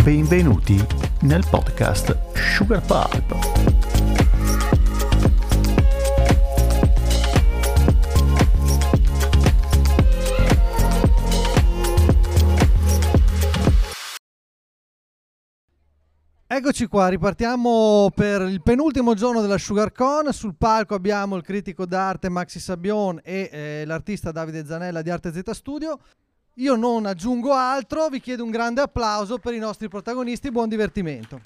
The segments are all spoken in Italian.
Benvenuti nel podcast Sugar Pulp. Eccoci qua, ripartiamo per il penultimo giorno della SugarCon. Sul palco abbiamo il critico d'arte Maxi Sabion e l'artista Davide Zanella di Arte Z Studio. Io non aggiungo altro, vi chiedo un grande applauso per i nostri protagonisti, buon divertimento.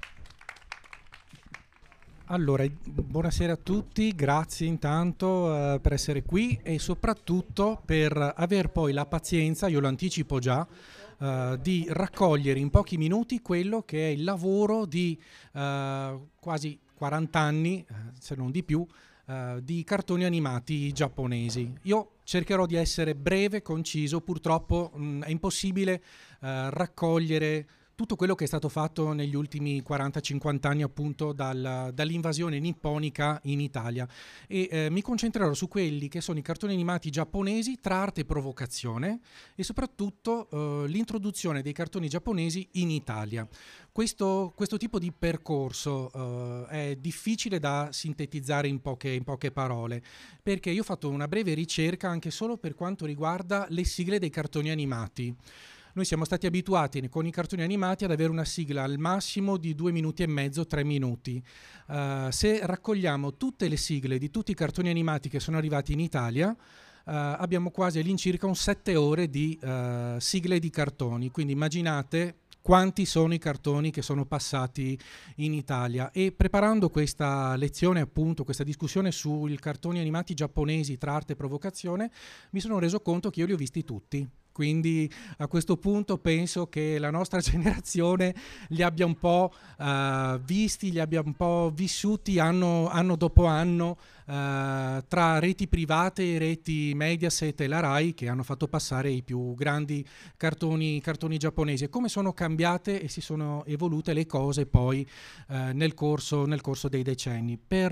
Allora, buonasera a tutti, grazie intanto per essere qui e soprattutto per aver poi la pazienza, io lo anticipo già, di raccogliere in pochi minuti quello che è il lavoro di quasi 40 anni, se non di più, di cartoni animati giapponesi. Io cercherò di essere breve, conciso, purtroppo è impossibile raccogliere tutto quello che è stato fatto negli ultimi 40-50 anni appunto dall'invasione nipponica in Italia e mi concentrerò su quelli che sono i cartoni animati giapponesi tra arte e provocazione e soprattutto l'introduzione dei cartoni giapponesi in Italia. Questo tipo di percorso è difficile da sintetizzare in poche parole, perché io ho fatto una breve ricerca anche solo per quanto riguarda le sigle dei cartoni animati. Noi siamo stati abituati con i cartoni animati ad avere una sigla al massimo di 2 minuti e mezzo, 3 minuti. Se raccogliamo tutte le sigle di tutti i cartoni animati che sono arrivati in Italia, abbiamo quasi all'incirca un 7 ore di sigle di cartoni. Quindi immaginate quanti sono i cartoni che sono passati in Italia. E preparando questa lezione, appunto, questa discussione sui cartoni animati giapponesi tra arte e provocazione, mi sono reso conto che io li ho visti tutti. Quindi a questo punto penso che la nostra generazione li abbia un po' visti, li abbia un po' vissuti anno dopo anno tra reti private e reti Mediaset e la Rai, che hanno fatto passare i più grandi cartoni giapponesi. E come sono cambiate e si sono evolute le cose poi nel corso dei decenni.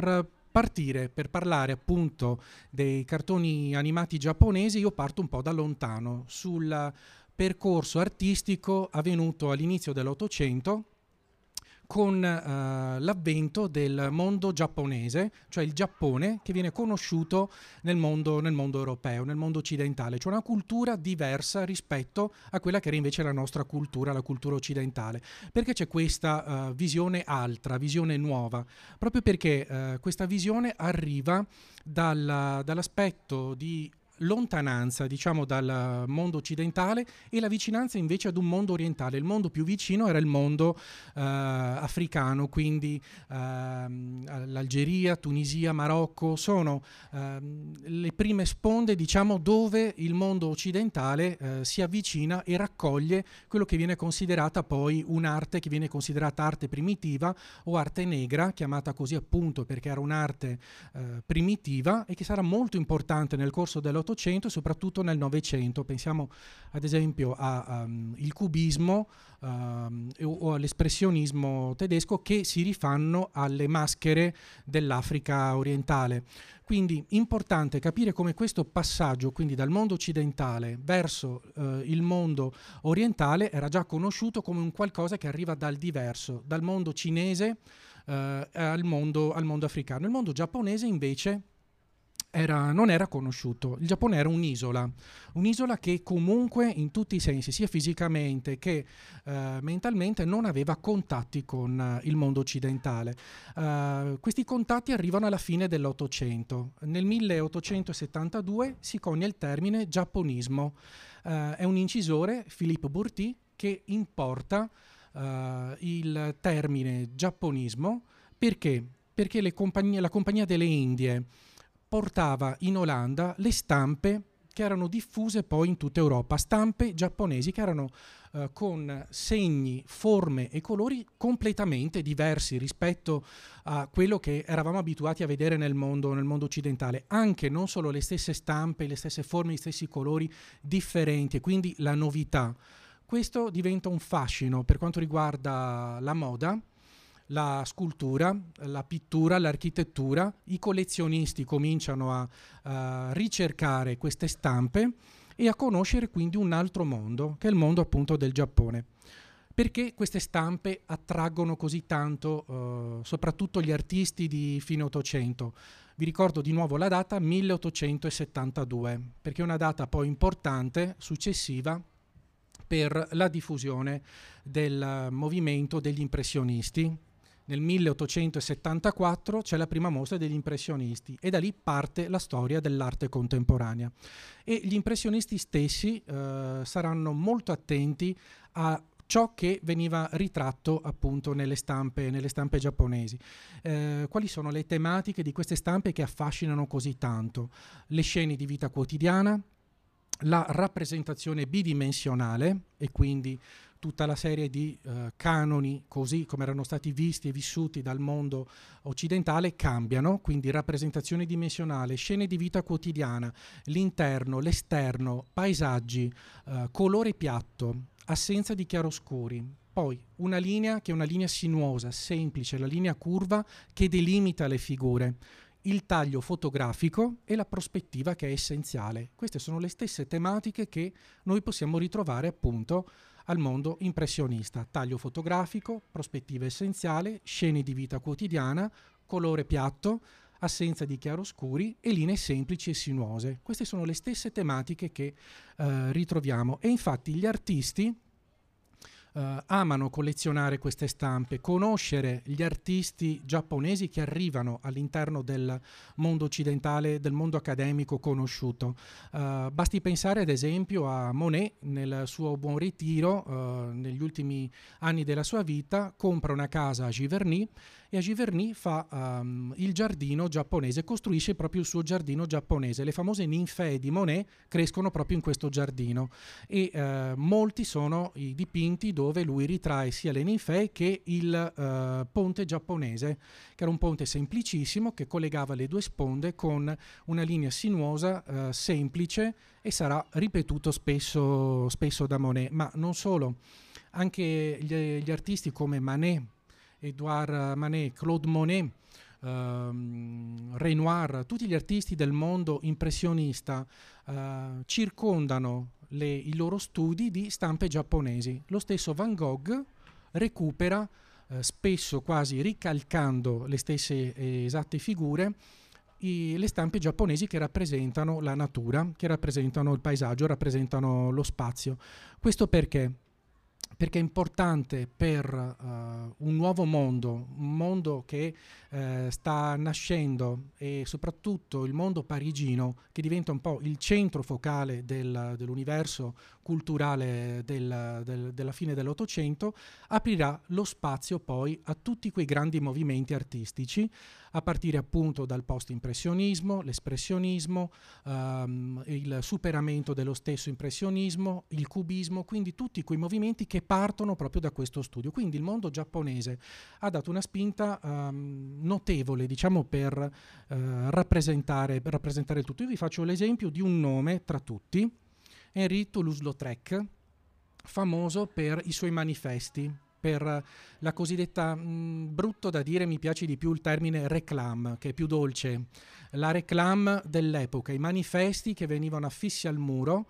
Per parlare appunto dei cartoni animati giapponesi, io parto un po' da lontano, sul percorso artistico avvenuto all'inizio dell'Ottocento con l'avvento del mondo giapponese, cioè il Giappone che viene conosciuto nel mondo europeo, nel mondo occidentale, cioè una cultura diversa rispetto a quella che era invece la nostra cultura, la cultura occidentale. Perché c'è questa visione altra, visione nuova? Proprio perché questa visione arriva dall'aspetto di lontananza, diciamo, dal mondo occidentale e la vicinanza invece ad un mondo orientale. Il mondo più vicino era il mondo africano, quindi l'Algeria, Tunisia, Marocco sono le prime sponde, diciamo, dove il mondo occidentale si avvicina e raccoglie quello che viene considerata poi un'arte che viene considerata arte primitiva o arte negra, chiamata così appunto perché era un'arte primitiva e che sarà molto importante nel corso dell'Ottocento e soprattutto nel Novecento. Pensiamo ad esempio al cubismo o all'espressionismo tedesco, che si rifanno alle maschere dell'Africa orientale. Quindi importante capire come questo passaggio, quindi dal mondo occidentale verso il mondo orientale, era già conosciuto come un qualcosa che arriva dal diverso, dal mondo cinese al mondo africano. Il mondo giapponese invece non era conosciuto. Il Giappone era un'isola che comunque in tutti i sensi, sia fisicamente che mentalmente, non aveva contatti con il mondo occidentale. Questi contatti arrivano alla fine dell'Ottocento. Nel 1872 si conia il termine giapponismo. È un incisore, Philippe Bourti, che importa il termine giapponismo. Perché? Perché la Compagnia delle Indie portava in Olanda le stampe che erano diffuse poi in tutta Europa, stampe giapponesi che erano con segni, forme e colori completamente diversi rispetto a quello che eravamo abituati a vedere nel mondo occidentale. Anche non solo le stesse stampe, le stesse forme, gli stessi colori differenti, e quindi la novità. Questo diventa un fascino per quanto riguarda la moda, la scultura, la pittura, l'architettura. I collezionisti cominciano a ricercare queste stampe e a conoscere quindi un altro mondo, che è il mondo appunto del Giappone. Perché queste stampe attraggono così tanto soprattutto gli artisti di fine Ottocento? Vi ricordo di nuovo la data 1872, perché è una data poi importante, successiva, per la diffusione del movimento degli impressionisti. Nel 1874 c'è la prima mostra degli impressionisti e da lì parte la storia dell'arte contemporanea. E gli impressionisti stessi saranno molto attenti a ciò che veniva ritratto appunto nelle stampe giapponesi. Quali sono le tematiche di queste stampe che affascinano così tanto? Le scene di vita quotidiana, la rappresentazione bidimensionale e quindi tutta la serie di canoni così come erano stati visti e vissuti dal mondo occidentale cambiano, quindi rappresentazione dimensionale, scene di vita quotidiana, l'interno, l'esterno, paesaggi, colore piatto, assenza di chiaroscuri, poi una linea che è una linea sinuosa, semplice, la linea curva che delimita le figure, il taglio fotografico e la prospettiva che è essenziale. Queste sono le stesse tematiche che noi possiamo ritrovare appunto al mondo impressionista: taglio fotografico, prospettiva essenziale, scene di vita quotidiana, colore piatto, assenza di chiaroscuri e linee semplici e sinuose. Queste sono le stesse tematiche che ritroviamo e infatti gli artisti amano collezionare queste stampe, conoscere gli artisti giapponesi che arrivano all'interno del mondo occidentale, del mondo accademico conosciuto. Basti pensare ad esempio a Monet nel suo buon ritiro, negli ultimi anni della sua vita, compra una casa a Giverny e a Giverny fa il giardino giapponese, costruisce proprio il suo giardino giapponese. Le famose ninfee di Monet crescono proprio in questo giardino e molti sono i dipinti dove lui ritrae sia le ninfee che il ponte giapponese, che era un ponte semplicissimo che collegava le due sponde con una linea sinuosa semplice e sarà ripetuto spesso da Monet. Ma non solo, anche gli artisti come Manet, Edouard Manet, Claude Monet, Renoir, tutti gli artisti del mondo impressionista circondano i loro studi di stampe giapponesi. Lo stesso Van Gogh recupera spesso quasi ricalcando le stesse esatte figure le stampe giapponesi che rappresentano la natura, che rappresentano il paesaggio, rappresentano lo spazio. Questo perché? Perché è importante per un nuovo mondo, un mondo che sta nascendo e soprattutto il mondo parigino che diventa un po' il centro focale dell'universo culturale della fine dell'Ottocento, aprirà lo spazio poi a tutti quei grandi movimenti artistici, a partire appunto dal post-impressionismo, l'espressionismo, il superamento dello stesso impressionismo, il cubismo, quindi tutti quei movimenti che partono proprio da questo studio. Quindi il mondo giapponese ha dato una spinta notevole, diciamo, per rappresentare il tutto. Io vi faccio l'esempio di un nome tra tutti, Henri Toulouse-Lautrec, famoso per i suoi manifesti, per la cosiddetta, brutto da dire, mi piace di più il termine réclame, che è più dolce, la réclame dell'epoca, i manifesti che venivano affissi al muro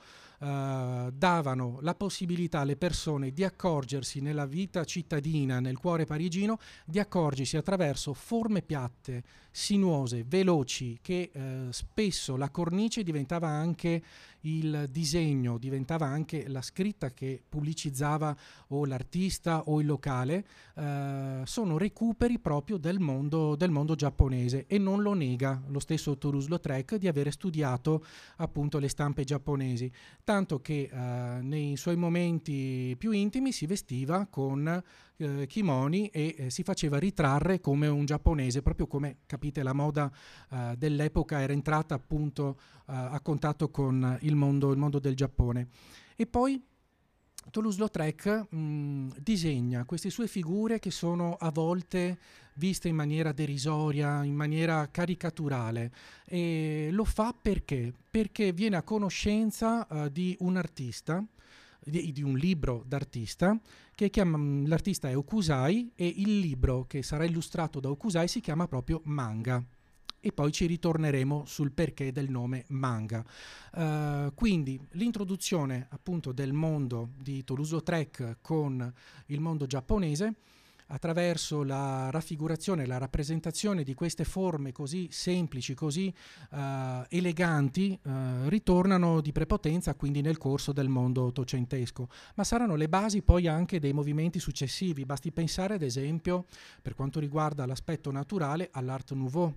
davano la possibilità alle persone di accorgersi nella vita cittadina, nel cuore parigino, di accorgersi attraverso forme piatte, sinuose, veloci, che spesso la cornice diventava anche il disegno, diventava anche la scritta che pubblicizzava o l'artista o il locale. Sono recuperi proprio del mondo giapponese e non lo nega lo stesso Toulouse-Lautrec di avere studiato appunto le stampe giapponesi, tanto che nei suoi momenti più intimi si vestiva con kimoni e si faceva ritrarre come un giapponese, proprio come, capite, la moda dell'epoca era entrata appunto a contatto con il mondo del Giappone. E poi Toulouse-Lautrec disegna queste sue figure che sono a volte viste in maniera derisoria, in maniera caricaturale, e lo fa perché viene a conoscenza di un artista, di un libro d'artista che l'artista è Hokusai, e il libro che sarà illustrato da Hokusai si chiama proprio Manga. e poi ci ritorneremo sul perché del nome manga. Quindi l'introduzione appunto del mondo di Toulouse-Lautrec con il mondo giapponese attraverso la raffigurazione, la rappresentazione di queste forme così semplici, così eleganti, ritornano di prepotenza quindi nel corso del mondo ottocentesco, ma saranno le basi poi anche dei movimenti successivi. Basti pensare ad esempio, per quanto riguarda l'aspetto naturale, all'Art Nouveau,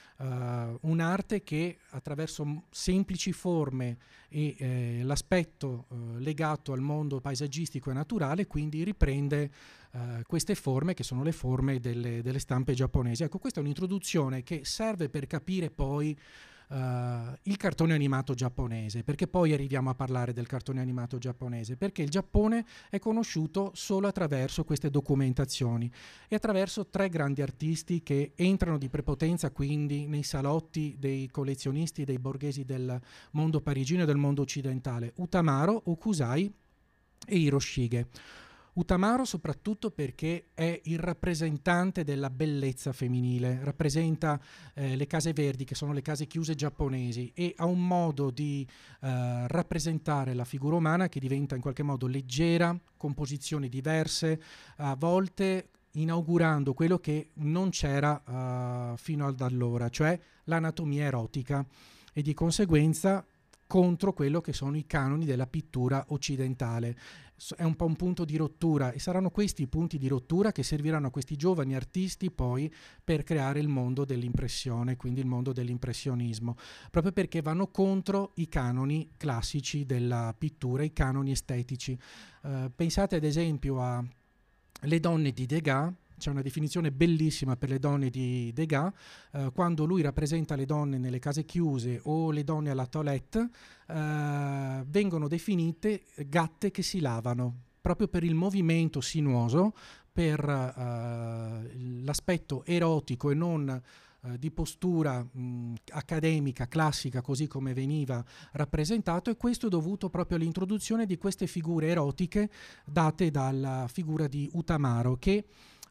un'arte che attraverso semplici forme e l'aspetto legato al mondo paesaggistico e naturale quindi riprende queste forme che sono le forme delle stampe giapponesi. Ecco, questa è un'introduzione che serve per capire poi il cartone animato giapponese. Perché poi arriviamo a parlare del cartone animato giapponese? Perché il Giappone è conosciuto solo attraverso queste documentazioni e attraverso 3 grandi artisti che entrano di prepotenza quindi nei salotti dei collezionisti, dei borghesi del mondo parigino e del mondo occidentale: Utamaro, Hokusai e Hiroshige. Utamaro soprattutto perché è il rappresentante della bellezza femminile, rappresenta le case verdi, che sono le case chiuse giapponesi, e ha un modo di rappresentare la figura umana che diventa in qualche modo leggera, con posizioni diverse, a volte inaugurando quello che non c'era fino ad allora, cioè l'anatomia erotica, e di conseguenza contro quello che sono i canoni della pittura occidentale. È un po' un punto di rottura, e saranno questi i punti di rottura che serviranno a questi giovani artisti poi per creare il mondo dell'impressione, quindi il mondo dell'impressionismo, proprio perché vanno contro i canoni classici della pittura, i canoni estetici. Pensate ad esempio a Le donne di Degas. C'è una definizione bellissima per le donne di Degas, quando lui rappresenta le donne nelle case chiuse o le donne alla toilette, vengono definite gatte che si lavano, proprio per il movimento sinuoso, per l'aspetto erotico e non di postura accademica, classica, così come veniva rappresentato, e questo è dovuto proprio all'introduzione di queste figure erotiche date dalla figura di Utamaro, che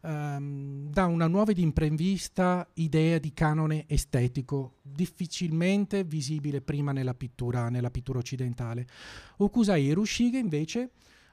dà una nuova ed imprevista idea di canone estetico difficilmente visibile prima nella pittura occidentale. Hokusai e Hiroshige invece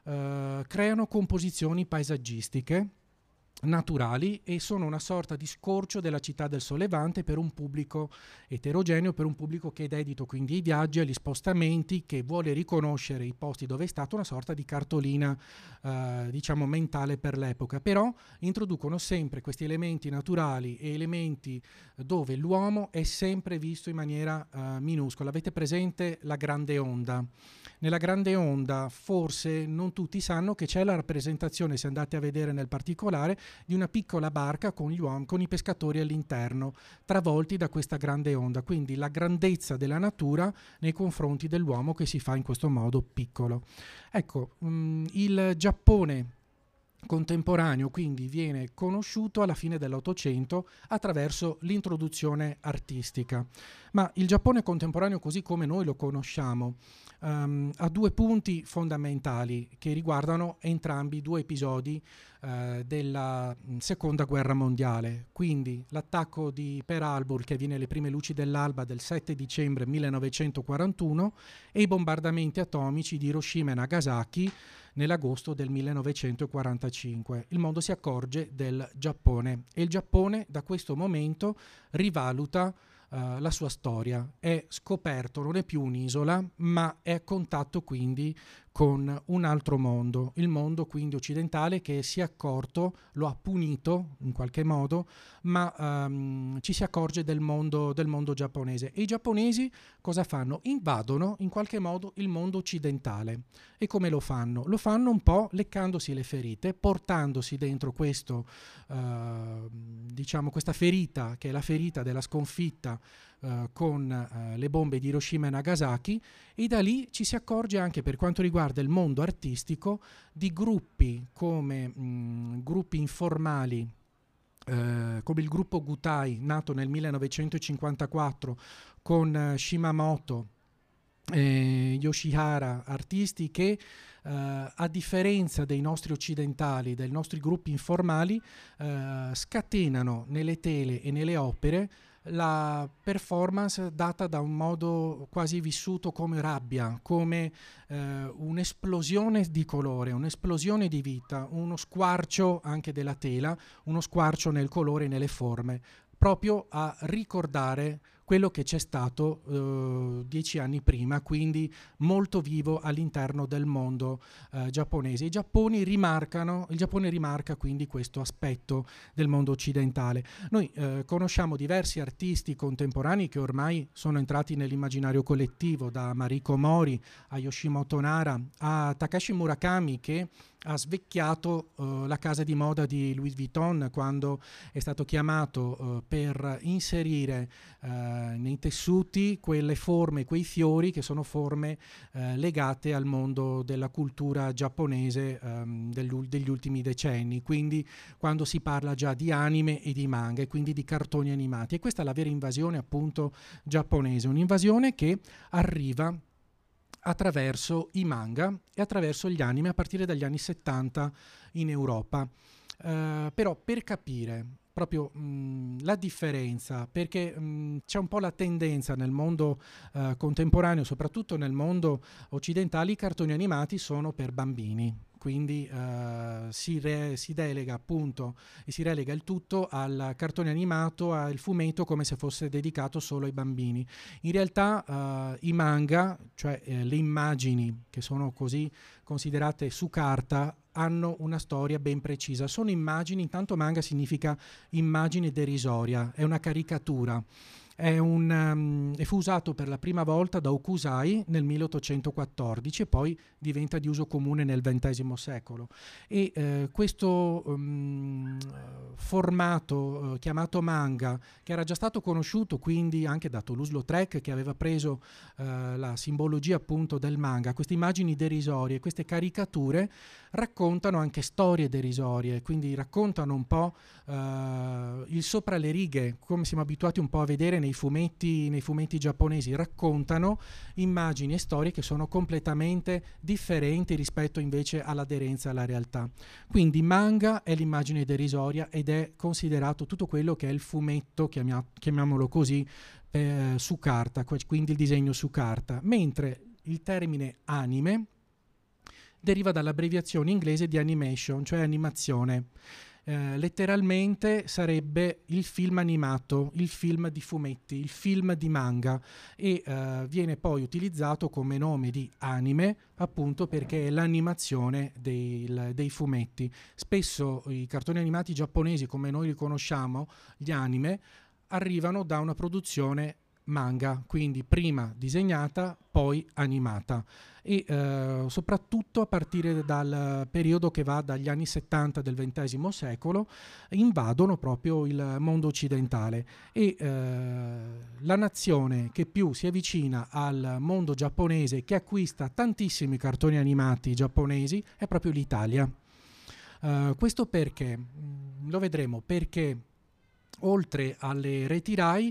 creano composizioni paesaggistiche naturali e sono una sorta di scorcio della città del Sollevante per un pubblico eterogeneo, per un pubblico che è dedito quindi ai viaggi, agli spostamenti, che vuole riconoscere i posti dove è stato, una sorta di cartolina diciamo mentale per l'epoca. Però introducono sempre questi elementi naturali e elementi dove l'uomo è sempre visto in maniera minuscola. Avete presente la grande onda? Nella grande onda forse non tutti sanno che c'è la rappresentazione, se andate a vedere nel particolare, di una piccola barca con gli uomini, con i pescatori all'interno, travolti da questa grande onda. Quindi la grandezza della natura nei confronti dell'uomo che si fa in questo modo piccolo. Ecco, il Giappone contemporaneo quindi viene conosciuto alla fine dell'Ottocento attraverso l'introduzione artistica, ma il Giappone contemporaneo così come noi lo conosciamo ha 2 punti fondamentali che riguardano entrambi 2 episodi della seconda guerra mondiale, quindi l'attacco di Pearl Harbor, che avviene alle prime luci dell'alba del 7 dicembre 1941, e i bombardamenti atomici di Hiroshima e Nagasaki nell'agosto del 1945. Il mondo si accorge del Giappone e il Giappone da questo momento rivaluta la sua storia. È scoperto, non è più un'isola, ma è a contatto quindi con un altro mondo, il mondo quindi occidentale, che si è accorto, lo ha punito in qualche modo, ma ci si accorge del mondo giapponese. E i giapponesi cosa fanno? Invadono in qualche modo il mondo occidentale. E come lo fanno? Lo fanno un po' leccandosi le ferite, portandosi dentro questo, diciamo, questa ferita, che è la ferita della sconfitta con le bombe di Hiroshima e Nagasaki, e da lì ci si accorge anche, per quanto riguarda il mondo artistico, di gruppi come gruppi informali, come il gruppo Gutai, nato nel 1954 con Shimamoto e Yoshihara, artisti che a differenza dei nostri occidentali, dei nostri gruppi informali, scatenano nelle tele e nelle opere la performance data da un modo quasi vissuto come rabbia, come un'esplosione di colore, un'esplosione di vita, uno squarcio anche della tela, uno squarcio nel colore e nelle forme, proprio a ricordare quello che c'è stato 10 anni prima, quindi molto vivo all'interno del mondo giapponese. Il Giappone rimarca quindi questo aspetto del mondo occidentale. Noi conosciamo diversi artisti contemporanei che ormai sono entrati nell'immaginario collettivo, da Mariko Mori a Yoshimoto Nara a Takashi Murakami, che ha svecchiato la casa di moda di Louis Vuitton quando è stato chiamato per inserire nei tessuti quelle forme, quei fiori che sono forme legate al mondo della cultura giapponese degli ultimi decenni, quindi quando si parla già di anime e di manga e quindi di cartoni animati. E questa è la vera invasione appunto giapponese, un'invasione che arriva attraverso i manga e attraverso gli anime a partire dagli anni 70 in Europa. Però per capire proprio la differenza, perché c'è un po' la tendenza nel mondo contemporaneo, soprattutto nel mondo occidentale, i cartoni animati sono per bambini. Quindi si delega appunto e si relega il tutto al cartone animato, al fumetto, come se fosse dedicato solo ai bambini. In realtà i manga, cioè le immagini che sono così considerate su carta, hanno una storia ben precisa. Sono immagini, intanto manga significa immagine derisoria, è una caricatura. Fu usato per la prima volta da Hokusai nel 1814 e poi diventa di uso comune nel XX secolo. E questo formato chiamato manga, che era già stato conosciuto quindi anche da Toulouse-Lautrec, che aveva preso la simbologia appunto del manga, queste immagini derisorie, queste caricature raccontano anche storie derisorie, quindi raccontano un po' il sopra le righe, come siamo abituati un po' a vedere nei fumetti giapponesi. Raccontano immagini e storie che sono completamente differenti rispetto invece all'aderenza alla realtà. Quindi manga è l'immagine derisoria ed è considerato tutto quello che è il fumetto, chiamiamolo così, su carta, quindi il disegno su carta, mentre il termine anime deriva dall'abbreviazione inglese di animation, cioè animazione. Letteralmente sarebbe il film animato, il film di fumetti, il film di manga, e viene poi utilizzato come nome di anime appunto perché è l'animazione dei fumetti. Spesso i cartoni animati giapponesi, come noi li conosciamo, gli anime, arrivano da una produzione manga, quindi prima disegnata, poi animata, e soprattutto a partire dal periodo che va dagli anni 70 del XX secolo invadono proprio il mondo occidentale, e la nazione che più si avvicina al mondo giapponese, che acquista tantissimi cartoni animati giapponesi, è proprio l'Italia. Questo perché? Lo vedremo, perché oltre alle reti Rai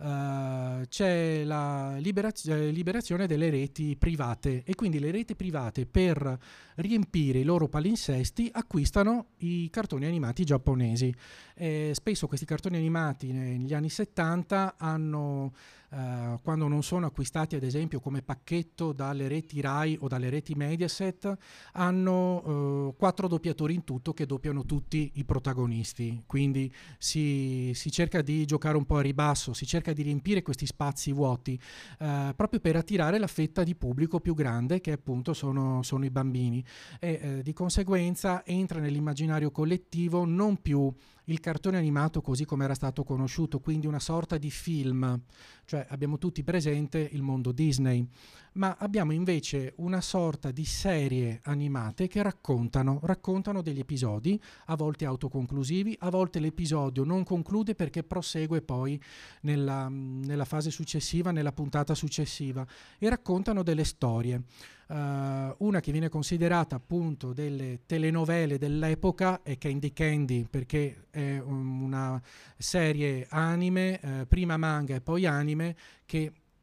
c'è la liberazione delle reti private, e quindi le reti private, per riempire i loro palinsesti, acquistano i cartoni animati giapponesi. Spesso questi cartoni animati negli anni 70 hanno, quando non sono acquistati ad esempio come pacchetto dalle reti Rai o dalle reti Mediaset, hanno 4 doppiatori in tutto che doppiano tutti i protagonisti, quindi si cerca di giocare un po' a ribasso, si cerca di riempire questi spazi vuoti proprio per attirare la fetta di pubblico più grande, che appunto sono i bambini, e di conseguenza entra nell'immaginario collettivo non più il cartone animato così come era stato conosciuto, quindi una sorta di film, cioè abbiamo tutti presente il mondo Disney, ma abbiamo invece una sorta di serie animate che raccontano degli episodi, a volte autoconclusivi, a volte l'episodio non conclude perché prosegue poi nella fase successiva, nella puntata successiva, e raccontano delle storie. Una che viene considerata appunto delle telenovele dell'epoca è Candy Candy, perché è una serie anime, prima manga e poi anime, che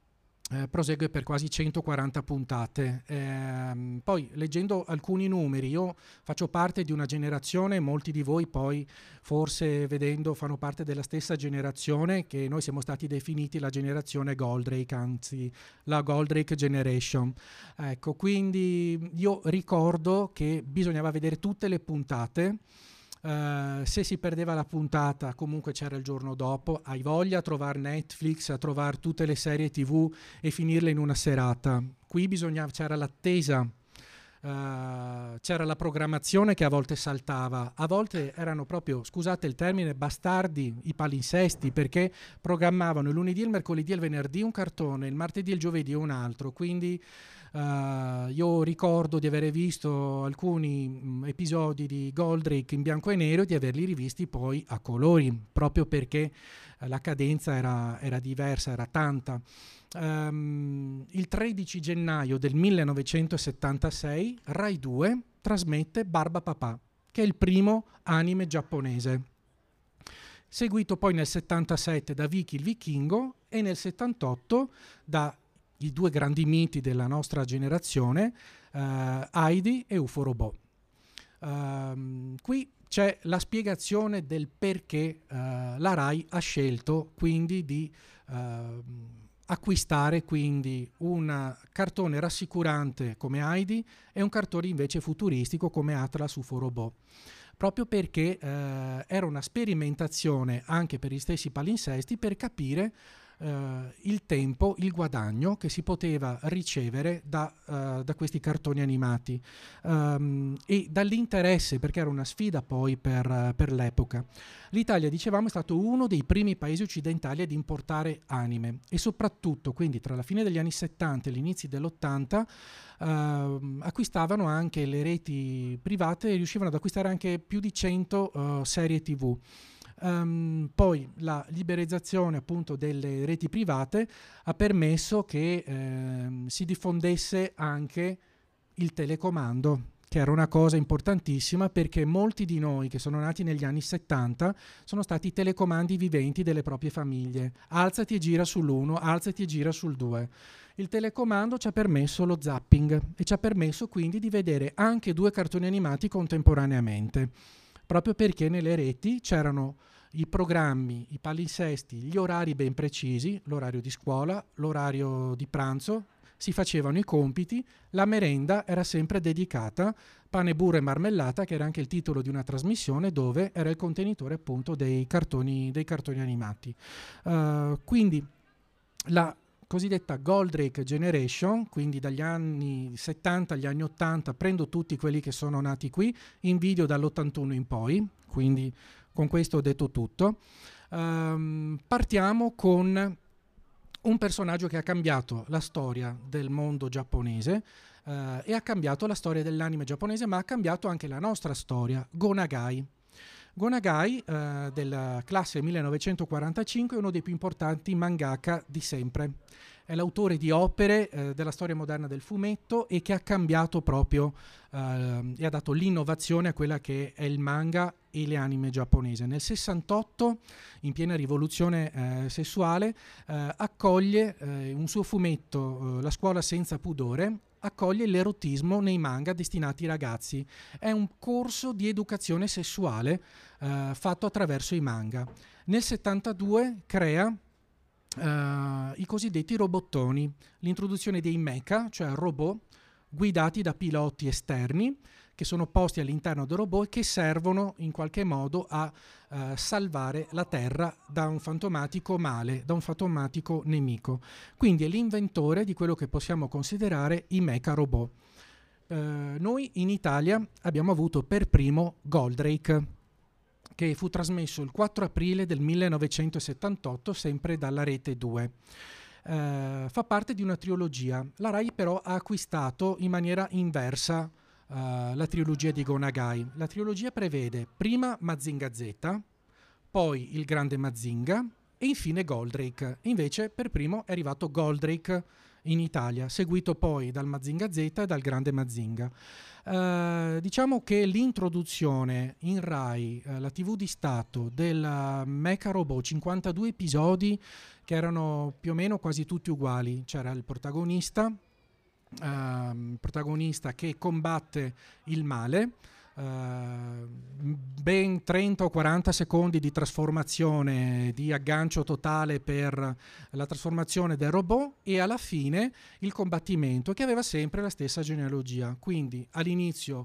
prosegue per quasi 140 puntate. Poi leggendo alcuni numeri, io faccio parte di una generazione, molti di voi poi forse vedendo fanno parte della stessa generazione, che noi siamo stati definiti la generazione Goldrake, anzi la Goldrake Generation. Ecco, quindi io ricordo che bisognava vedere tutte le puntate. Se si perdeva la puntata comunque c'era il giorno dopo, hai voglia a trovare Netflix, a trovare tutte le serie TV e finirle in una serata. Qui c'era l'attesa, c'era la programmazione che a volte saltava, a volte erano proprio, scusate il termine, bastardi i palinsesti, perché programmavano il lunedì, il mercoledì e il venerdì un cartone, il martedì e il giovedì un altro, quindi io ricordo di aver visto alcuni episodi di Goldrake in bianco e nero e di averli rivisti poi a colori, proprio perché la cadenza era diversa, era tanta. Il 13 gennaio del 1976 Rai 2 trasmette Barba Papà, che è il primo anime giapponese, seguito poi nel 77 da Vicky il Vichingo e nel 78 da i due grandi miti della nostra generazione, Heidi e UFO Robot. Qui c'è la spiegazione del perché la Rai ha scelto quindi di acquistare quindi un cartone rassicurante come Heidi e un cartone invece futuristico come Atlas UFO Robot, proprio perché era una sperimentazione anche per gli stessi palinsesti per capire il tempo, il guadagno che si poteva ricevere da questi cartoni animati e dall'interesse, perché era una sfida poi per l'epoca. L'Italia, dicevamo, è stato uno dei primi paesi occidentali ad importare anime e soprattutto quindi tra la fine degli anni 70 e gli inizi dell'80 acquistavano anche le reti private e riuscivano ad acquistare anche più di 100 serie TV. Poi la liberalizzazione appunto delle reti private ha permesso che si diffondesse anche il telecomando, che era una cosa importantissima perché molti di noi che sono nati negli anni 70 sono stati telecomandi viventi delle proprie famiglie. Alzati e gira sull'1, alzati e gira sul 2. Il telecomando ci ha permesso lo zapping e ci ha permesso quindi di vedere anche 2 cartoni animati contemporaneamente, proprio perché nelle reti c'erano i programmi, i palinsesti, gli orari ben precisi, l'orario di scuola, l'orario di pranzo, si facevano i compiti, la merenda era sempre dedicata, pane, burro e marmellata, che era anche il titolo di una trasmissione dove era il contenitore appunto dei cartoni animati. Quindi la cosiddetta Goldrake Generation, quindi dagli anni 70 agli anni 80, prendo tutti quelli che sono nati qui, in video dall'81 in poi, quindi con questo ho detto tutto. Partiamo con un personaggio che ha cambiato la storia del mondo giapponese e ha cambiato la storia dell'anime giapponese, ma ha cambiato anche la nostra storia, Go Nagai. Go Nagai, della classe 1945, è uno dei più importanti mangaka di sempre. È l'autore di opere della storia moderna del fumetto e che ha cambiato proprio e ha dato l'innovazione a quella che è il manga e le anime giapponese. Nel 68, in piena rivoluzione sessuale, accoglie un suo fumetto, La scuola senza pudore, accoglie l'erotismo nei manga destinati ai ragazzi. È un corso di educazione sessuale fatto attraverso i manga. Nel 72 crea i cosiddetti robottoni, l'introduzione dei mecha, cioè robot guidati da piloti esterni che sono posti all'interno del robot e che servono in qualche modo a salvare la Terra da un fantomatico male, da un fantomatico nemico. Quindi è l'inventore di quello che possiamo considerare i mecha robot. Noi in Italia abbiamo avuto per primo Goldrake, che fu trasmesso il 4 aprile del 1978 sempre dalla Rete 2. Fa parte di una trilogia. La Rai però ha acquistato in maniera inversa la trilogia di Go Nagai. La trilogia prevede prima Mazinga Z, poi il grande Mazinga e infine Goldrake. Invece per primo è arrivato Goldrake in Italia, seguito poi dal Mazinga Z e dal Grande Mazinga. Diciamo che l'introduzione in Rai, la TV di Stato, del Mecha Robot, 52 episodi che erano più o meno quasi tutti uguali. C'era il protagonista che combatte il male, ben 30 o 40 secondi di trasformazione, di aggancio totale per la trasformazione del robot, e alla fine il combattimento, che aveva sempre la stessa genealogia. Quindi all'inizio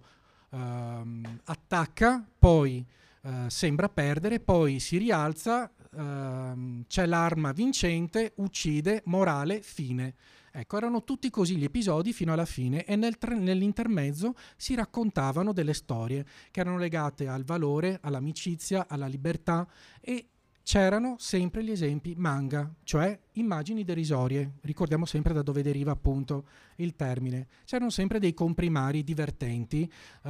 attacca, poi sembra perdere, poi si rialza, c'è l'arma vincente, uccide, morale, fine. Ecco, erano tutti così gli episodi fino alla fine, e nell'intermezzo si raccontavano delle storie che erano legate al valore, all'amicizia, alla libertà, e c'erano sempre gli esempi manga, cioè immagini derisorie. Ricordiamo sempre da dove deriva appunto il termine. C'erano sempre dei comprimari divertenti,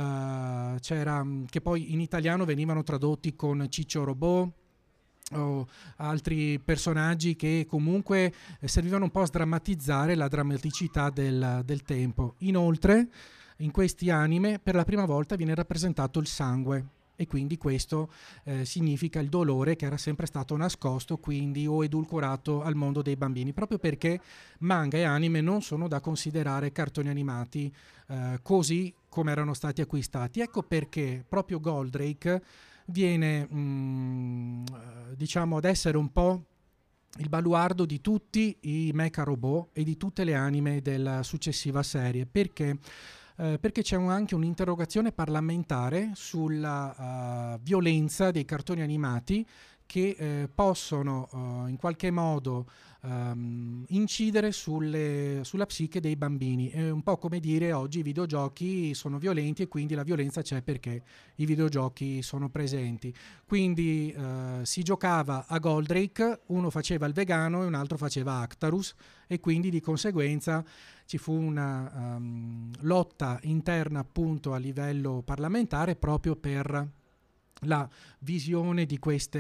che poi in italiano venivano tradotti con Ciccio Robot, o altri personaggi che comunque servivano un po' a sdrammatizzare la drammaticità del tempo. Inoltre, in questi anime per la prima volta viene rappresentato il sangue, e quindi questo significa il dolore che era sempre stato nascosto, quindi, o edulcorato al mondo dei bambini, proprio perché manga e anime non sono da considerare cartoni animati così come erano stati acquistati. Ecco perché proprio Goldrake viene diciamo ad essere un po' il baluardo di tutti i Mecha Robot e di tutte le anime della successiva serie, perché c'è anche un'interrogazione parlamentare sulla violenza dei cartoni animati che possono in qualche modo incidere sulla psiche dei bambini. È un po' come dire oggi i videogiochi sono violenti e quindi la violenza c'è perché i videogiochi sono presenti. Quindi si giocava a Goldrake, uno faceva il vegano e un altro faceva Actarus, e quindi di conseguenza ci fu una lotta interna appunto a livello parlamentare proprio per la visione di questo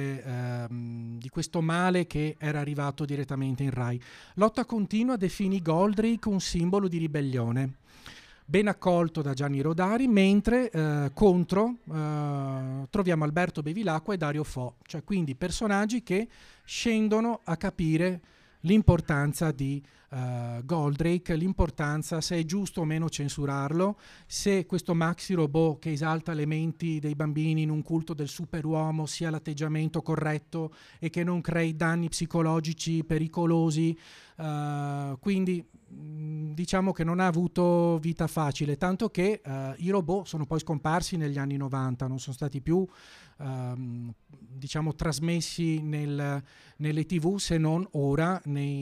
male che era arrivato direttamente in Rai. Lotta Continua definì Goldrake un simbolo di ribellione, ben accolto da Gianni Rodari, mentre contro troviamo Alberto Bevilacqua e Dario Fo, cioè quindi personaggi che scendono a capire l'importanza di Goldrake, l'importanza se è giusto o meno censurarlo, se questo maxi robot che esalta le menti dei bambini in un culto del superuomo sia l'atteggiamento corretto e che non crei danni psicologici pericolosi. Quindi diciamo che non ha avuto vita facile, tanto che i robot sono poi scomparsi negli anni 90, non sono stati più diciamo trasmessi nelle TV, se non ora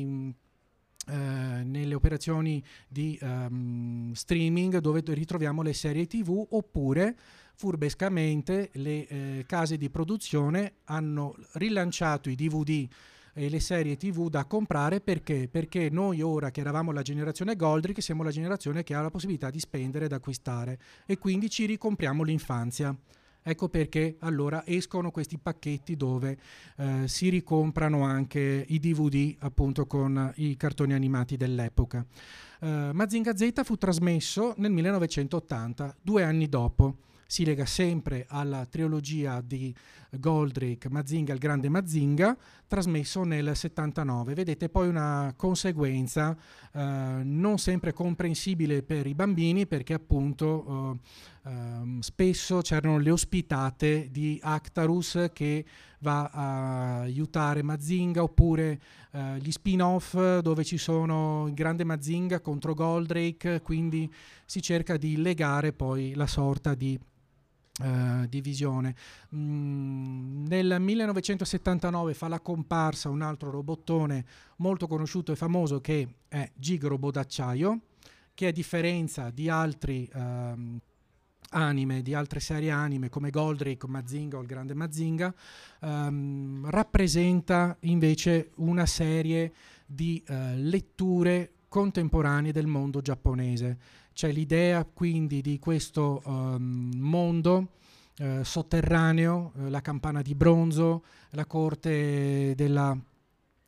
nelle operazioni di streaming, dove ritroviamo le serie TV, oppure furbescamente le case di produzione hanno rilanciato i DVD e le serie TV da comprare. Perché noi ora che eravamo la generazione Goldrake siamo la generazione che ha la possibilità di spendere ed acquistare, e quindi ci ricompriamo l'infanzia. Ecco perché allora escono questi pacchetti dove si ricomprano anche i DVD appunto con i cartoni animati dell'epoca. Mazinga Z fu trasmesso nel 1980, 2 anni dopo. Si lega sempre alla trilogia di Goldrake, Mazinga, il Grande Mazinga, trasmesso nel 79. Vedete poi una conseguenza non sempre comprensibile per i bambini, perché appunto spesso c'erano le ospitate di Actarus che va a aiutare Mazinga, oppure gli spin-off dove ci sono il Grande Mazinga contro Goldrake, quindi si cerca di legare poi la sorta di divisione. Nel 1979 fa la comparsa un altro robottone molto conosciuto e famoso, che è Gig Robot d'acciaio, che a differenza di altri anime, di altre serie anime come Goldrake, Mazinga o il Grande Mazinga, rappresenta invece una serie di letture contemporanee del mondo giapponese. C'è l'idea quindi di questo mondo sotterraneo, la campana di bronzo, la corte della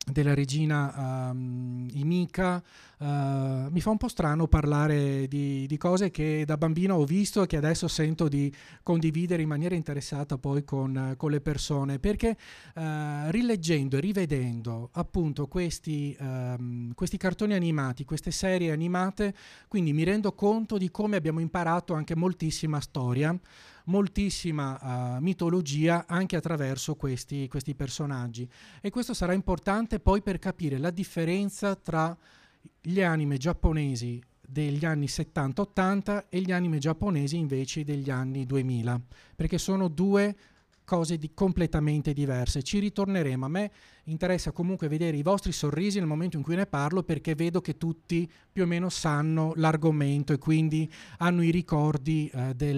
della regina Imika. Mi fa un po' strano parlare di cose che da bambino ho visto e che adesso sento di condividere in maniera interessata poi con le persone, perché rileggendo e rivedendo appunto questi cartoni animati, queste serie animate, quindi mi rendo conto di come abbiamo imparato anche moltissima storia, moltissima mitologia anche attraverso questi personaggi, e questo sarà importante poi per capire la differenza tra gli anime giapponesi degli anni 70-80 e gli anime giapponesi invece degli anni 2000, perché sono due cose completamente diverse. Ci ritorneremo. A me interessa comunque vedere i vostri sorrisi nel momento in cui ne parlo, perché vedo che tutti più o meno sanno l'argomento e quindi hanno i ricordi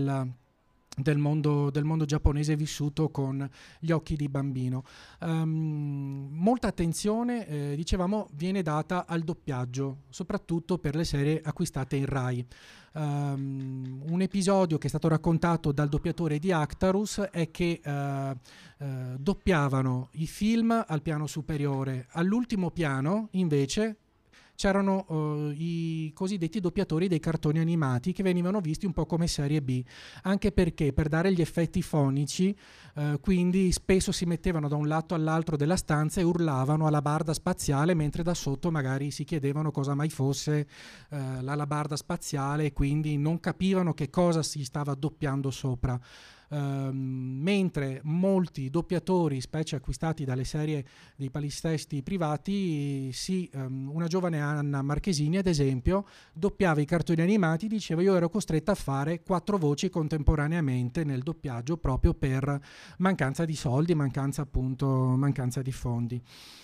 del mondo giapponese vissuto con gli occhi di bambino. Molta attenzione, dicevamo, viene data al doppiaggio, soprattutto per le serie acquistate in Rai. Un episodio che è stato raccontato dal doppiatore di Actarus è che doppiavano i film al piano superiore, all'ultimo piano invece c'erano i cosiddetti doppiatori dei cartoni animati, che venivano visti un po' come serie B, anche perché per dare gli effetti fonici quindi spesso si mettevano da un lato all'altro della stanza e urlavano alabarda spaziale, mentre da sotto magari si chiedevano cosa mai fosse l'alabarda spaziale, e quindi non capivano che cosa si stava doppiando sopra. Mentre molti doppiatori, specie acquistati dalle serie dei palistesti privati, una giovane Anna Marchesini ad esempio doppiava i cartoni animati, diceva: io ero costretta a fare 4 voci contemporaneamente nel doppiaggio proprio per mancanza di soldi, mancanza di fondi.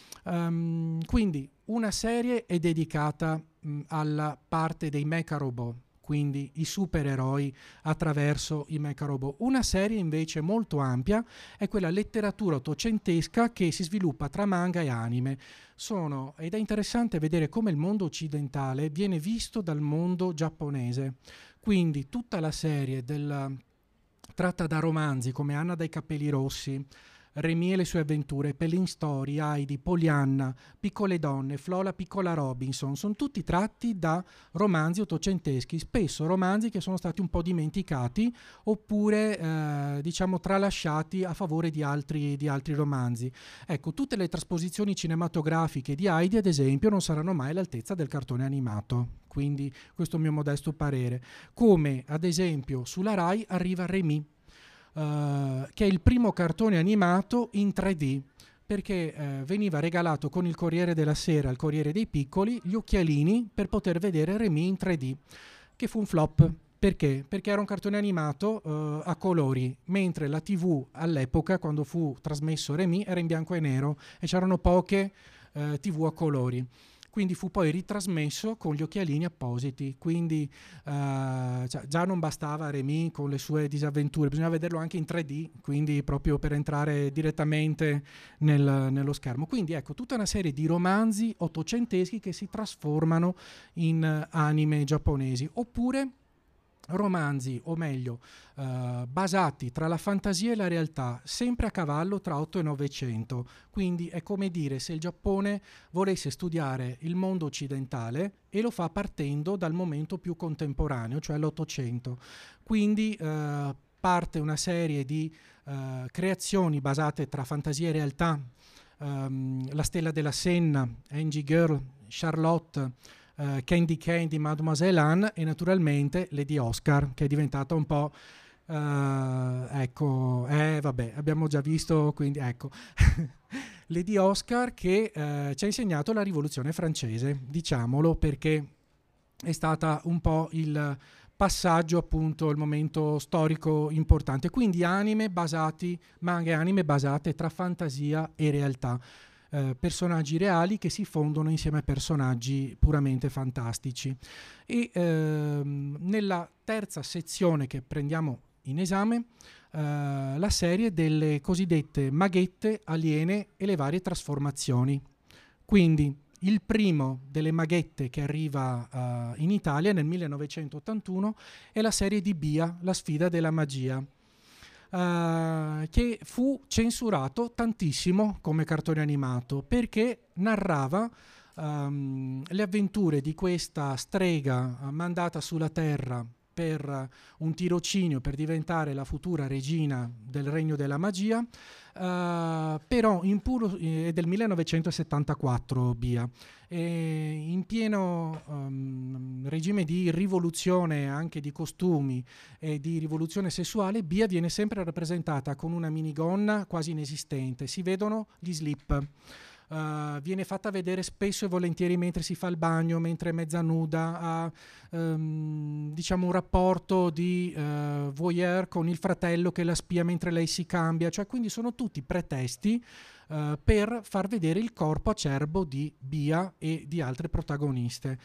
Quindi una serie è dedicata alla parte dei mecha robot, quindi i supereroi attraverso i mecha robot. Una serie invece molto ampia è quella letteratura ottocentesca che si sviluppa tra manga e anime. Ed è interessante vedere come il mondo occidentale viene visto dal mondo giapponese. Quindi tutta la serie tratta da romanzi come Anna dai capelli rossi, Remy e le sue avventure, Pelin Story, Heidi, Polianna, Piccole donne, Flo la piccola Robinson, sono tutti tratti da romanzi ottocenteschi, spesso romanzi che sono stati un po' dimenticati oppure diciamo tralasciati a favore di altri romanzi. Ecco, tutte le trasposizioni cinematografiche di Heidi ad esempio non saranno mai all'altezza del cartone animato, quindi questo è il mio modesto parere. Come ad esempio sulla Rai arriva Remy, che è il primo cartone animato in 3D, perché veniva regalato con il Corriere della Sera al Corriere dei Piccoli gli occhialini per poter vedere Remy in 3D, che fu un flop. Perché? Perché era un cartone animato a colori, mentre la TV all'epoca, quando fu trasmesso Remy, era in bianco e nero e c'erano poche TV a colori. Quindi fu poi ritrasmesso con gli occhialini appositi, quindi già non bastava Remy con le sue disavventure, bisognava vederlo anche in 3D, quindi proprio per entrare direttamente nello schermo. Quindi ecco, tutta una serie di romanzi ottocenteschi che si trasformano in anime giapponesi, oppure romanzi, o meglio, basati tra la fantasia e la realtà, sempre a cavallo tra 8 e 900. Quindi è come dire se il Giappone volesse studiare il mondo occidentale e lo fa partendo dal momento più contemporaneo, cioè l'800. Quindi parte una serie di creazioni basate tra fantasia e realtà, La Stella della Senna, Angie Girl, Charlotte, Candy Candy, Mademoiselle Anne e naturalmente Lady Oscar, che è diventata un po' vabbè, abbiamo già visto, quindi ecco Lady Oscar che ci ha insegnato la rivoluzione francese, diciamolo, perché è stata un po' il passaggio, appunto, il momento storico importante. Quindi manga e anime basate tra fantasia e realtà. Personaggi reali che si fondono insieme a personaggi puramente fantastici. E nella terza sezione che prendiamo in esame, la serie delle cosiddette maghette aliene e le varie trasformazioni. Quindi il primo delle maghette che arriva in Italia nel 1981 è la serie di Bia, La sfida della magia. che fu censurato tantissimo come cartone animato perché narrava le avventure di questa strega mandata sulla Terra per un tirocinio per diventare la futura regina del regno della magia, però è del 1974 Bia, in pieno regime di rivoluzione anche di costumi e di rivoluzione sessuale. Bia viene sempre rappresentata con una minigonna quasi inesistente, si vedono gli slip. Viene fatta vedere spesso e volentieri mentre si fa il bagno, mentre è mezza nuda, ha diciamo un rapporto di voyeur con il fratello che la spia mentre lei si cambia, cioè quindi sono tutti pretesti per far vedere il corpo acerbo di Bia e di altre protagoniste.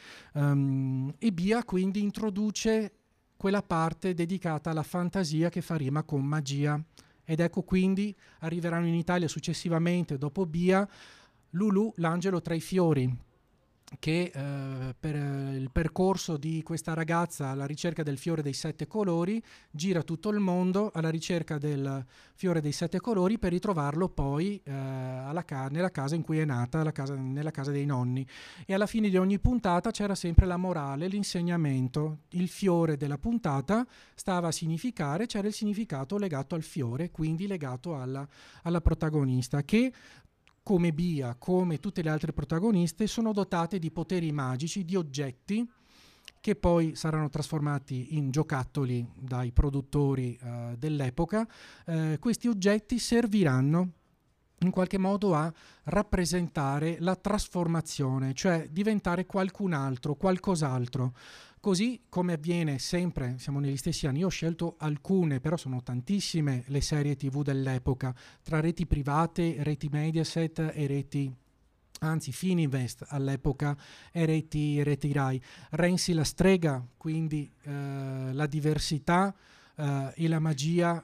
E Bia quindi introduce quella parte dedicata alla fantasia che fa rima con magia, ed ecco quindi arriveranno in Italia successivamente dopo Bia Lulu, l'angelo tra i fiori, che per il percorso di questa ragazza alla ricerca del fiore dei 7 colori gira tutto il mondo alla ricerca del fiore dei 7 colori per ritrovarlo poi nella casa in cui è nata, nella casa dei nonni, e alla fine di ogni puntata c'era sempre la morale, l'insegnamento. Il fiore della puntata stava a significare, c'era il significato legato al fiore, quindi legato alla protagonista, che come Bia, come tutte le altre protagoniste, sono dotate di poteri magici, di oggetti che poi saranno trasformati in giocattoli dai produttori dell'epoca. Questi oggetti serviranno in qualche modo a rappresentare la trasformazione, cioè diventare qualcun altro, qualcos'altro. Così come avviene sempre, siamo negli stessi anni, io ho scelto alcune, però sono tantissime le serie TV dell'epoca, tra reti private, reti Mediaset e reti, anzi Fininvest all'epoca e reti Rai. Renzi la strega, quindi la diversità e la magia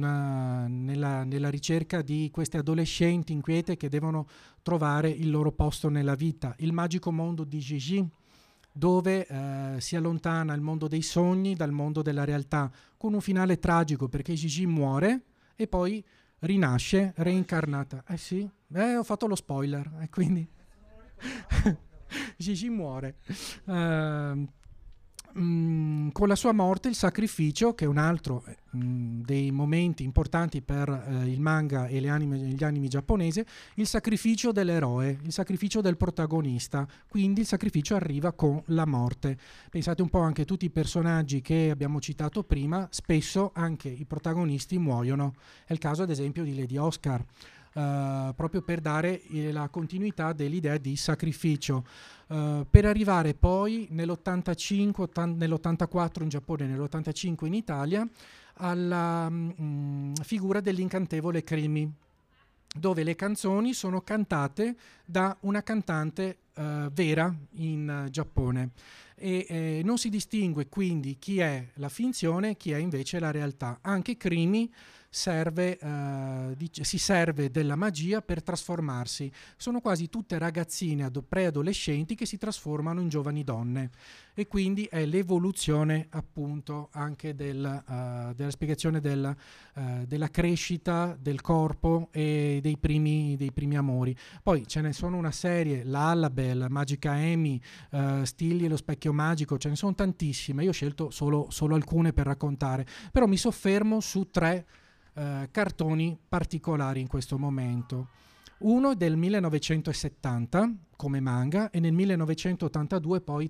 nella ricerca di queste adolescenti inquiete che devono trovare il loro posto nella vita. Il magico mondo di Gigi, dove si allontana il mondo dei sogni dal mondo della realtà, con un finale tragico perché Gigi muore e poi rinasce reincarnata. Sì, ho fatto lo spoiler, quindi Gigi muore. Con la sua morte il sacrificio, che è un altro dei momenti importanti per il manga e gli anime giapponesi, il sacrificio dell'eroe, il sacrificio del protagonista, quindi il sacrificio arriva con la morte. Pensate un po' anche a tutti i personaggi che abbiamo citato prima, spesso anche i protagonisti muoiono. È il caso ad esempio di Lady Oscar, proprio per dare la continuità dell'idea di sacrificio, per arrivare poi nell'85, nell'84 in Giappone e nell'85 in Italia alla figura dell'incantevole Krimi, dove le canzoni sono cantate da una cantante vera in Giappone, e non si distingue quindi chi è la finzione e chi è invece la realtà. Anche Krimi si serve della magia per trasformarsi. Sono quasi tutte ragazzine preadolescenti che si trasformano in giovani donne, e quindi è l'evoluzione appunto anche della spiegazione della crescita del corpo e dei primi amori. Poi ce ne sono una serie, la Annabelle, Magica Amy, Stilly e lo specchio magico, ce ne sono tantissime. Io ho scelto solo alcune per raccontare, però mi soffermo su 3 cartoni particolari in questo momento. Uno è del 1970 come manga e nel 1982 poi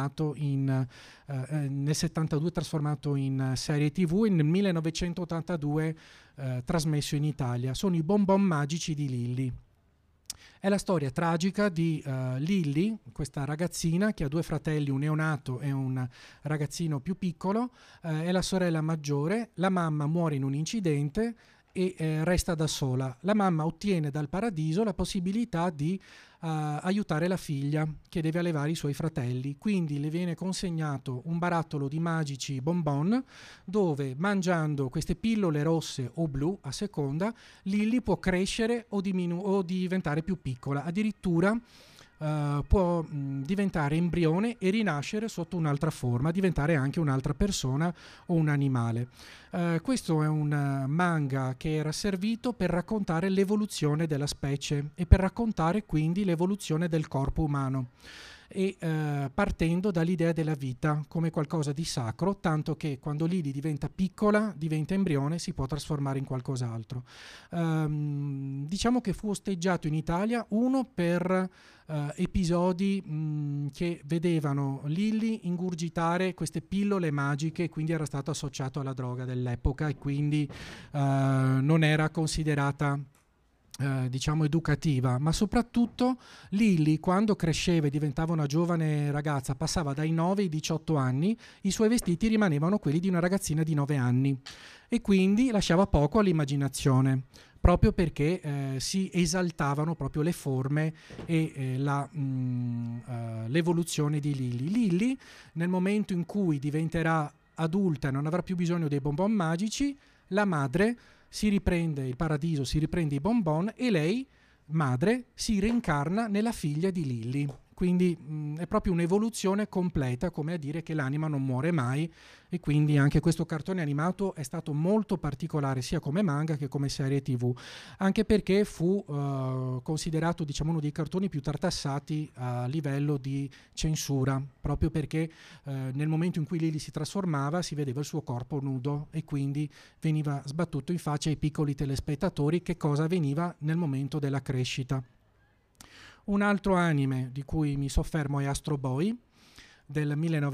nel 72 trasformato in serie TV e nel 1982 trasmesso in Italia. Sono i Bonbon magici di Lilli. È la storia tragica di Lilli, questa ragazzina che ha 2 fratelli, un neonato e un ragazzino più piccolo, è la sorella maggiore. La mamma muore in un incidente e resta da sola. La mamma ottiene dal paradiso la possibilità di aiutare la figlia che deve allevare i suoi fratelli, quindi le viene consegnato un barattolo di magici bonbon dove, mangiando queste pillole rosse o blu a seconda, Lilli può crescere o diventare più piccola. Addirittura può diventare embrione e rinascere sotto un'altra forma, diventare anche un'altra persona o un animale. Questo è un manga che era servito per raccontare l'evoluzione della specie e per raccontare quindi l'evoluzione del corpo umano, e partendo dall'idea della vita come qualcosa di sacro, tanto che quando Lily diventa piccola, diventa embrione, si può trasformare in qualcos'altro. Diciamo che fu osteggiato in Italia per episodi che vedevano Lily ingurgitare queste pillole magiche, quindi era stato associato alla droga dell'epoca e quindi non era considerata diciamo educativa, ma soprattutto Lily, quando cresceva e diventava una giovane ragazza, passava dai 9 ai 18 anni, i suoi vestiti rimanevano quelli di una ragazzina di 9 anni e quindi lasciava poco all'immaginazione, proprio perché si esaltavano proprio le forme e l'evoluzione di Lily. Lily, nel momento in cui diventerà adulta e non avrà più bisogno dei bonbon magici, la madre si riprende il paradiso, si riprende i bonbon e lei, madre, si reincarna nella figlia di Lily. Quindi è proprio un'evoluzione completa, come a dire che l'anima non muore mai, e quindi anche questo cartone animato è stato molto particolare sia come manga che come serie TV, anche perché fu considerato, diciamo, uno dei cartoni più tartassati a livello di censura, proprio perché nel momento in cui Lily si trasformava si vedeva il suo corpo nudo e quindi veniva sbattuto in faccia ai piccoli telespettatori che cosa avveniva nel momento della crescita. Un altro anime di cui mi soffermo è Astro Boy del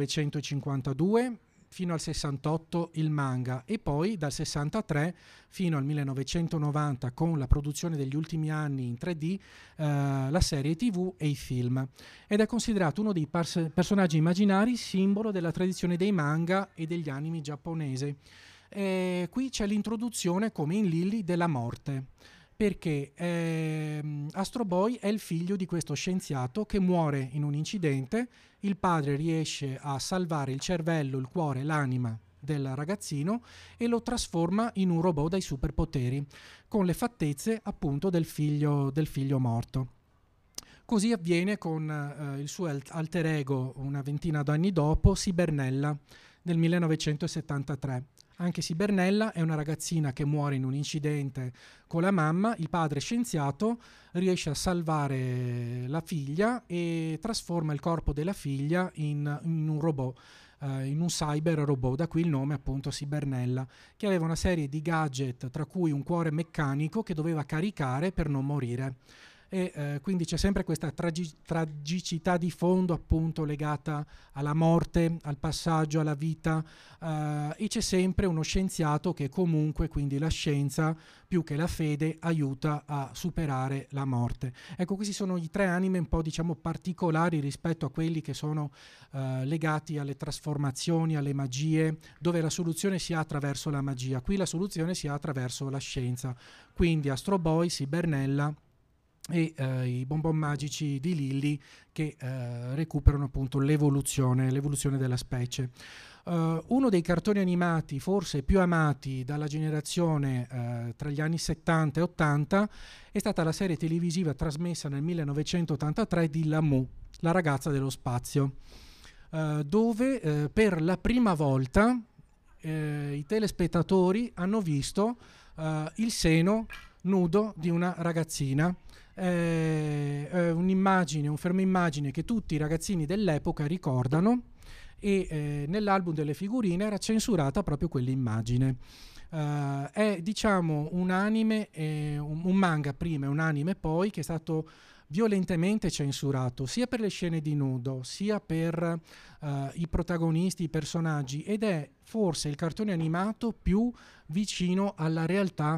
1952 fino al 68 il manga e poi dal 63 fino al 1990 con la produzione degli ultimi anni in 3D la serie TV e i film, ed è considerato uno dei personaggi immaginari simbolo della tradizione dei manga e degli anime giapponesi. Qui c'è l'introduzione, come in Lily, della morte, perché Astro Boy è il figlio di questo scienziato che muore in un incidente. Il padre riesce a salvare il cervello, il cuore, l'anima del ragazzino e lo trasforma in un robot dai superpoteri, con le fattezze appunto del figlio morto. Così avviene con il suo alter ego una ventina d'anni dopo, Cibernella, del 1973. Anche Cibernella è una ragazzina che muore in un incidente con la mamma. Il padre scienziato riesce a salvare la figlia e trasforma il corpo della figlia in un robot, in un cyber robot, da qui il nome appunto Cibernella, che aveva una serie di gadget, tra cui un cuore meccanico che doveva caricare per non morire. E quindi c'è sempre questa tragicità di fondo appunto legata alla morte, al passaggio alla vita, e c'è sempre uno scienziato che comunque, quindi la scienza più che la fede, aiuta a superare la morte. Ecco, questi sono i tre anime un po', diciamo, particolari rispetto a quelli che sono legati alle trasformazioni, alle magie, dove la soluzione si ha attraverso la magia. Qui la soluzione si ha attraverso la scienza. Quindi Astro Boy, Cibernella e i bonbon magici di Lily che recuperano appunto l'evoluzione della specie. Uno dei cartoni animati forse più amati dalla generazione tra gli anni 70 e 80 è stata la serie televisiva trasmessa nel 1983 di Lamu, la ragazza dello spazio, dove per la prima volta i telespettatori hanno visto il seno nudo di una ragazzina. Un'immagine, un fermo immagine che tutti i ragazzini dell'epoca ricordano, e nell'album delle figurine era censurata proprio quell'immagine. È, diciamo, un anime, un manga prima e un anime poi, che è stato violentemente censurato sia per le scene di nudo sia per i protagonisti, i personaggi, ed è forse il cartone animato più vicino alla realtà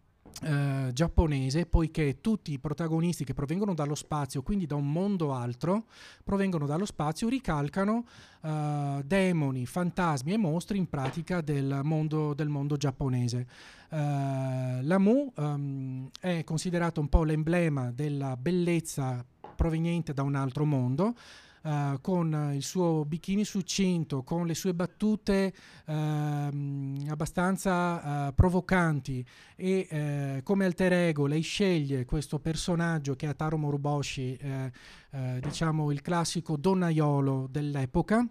giapponese, poiché tutti i protagonisti che provengono dallo spazio, quindi da un mondo altro, provengono dallo spazio, ricalcano demoni, fantasmi e mostri in pratica del mondo giapponese. Lamu è considerato un po' l'emblema della bellezza proveniente da un altro mondo. con il suo bikini succinto, con le sue battute abbastanza provocanti, e come alter ego lei sceglie questo personaggio che è Taro Moroboshi, diciamo il classico donnaiolo dell'epoca.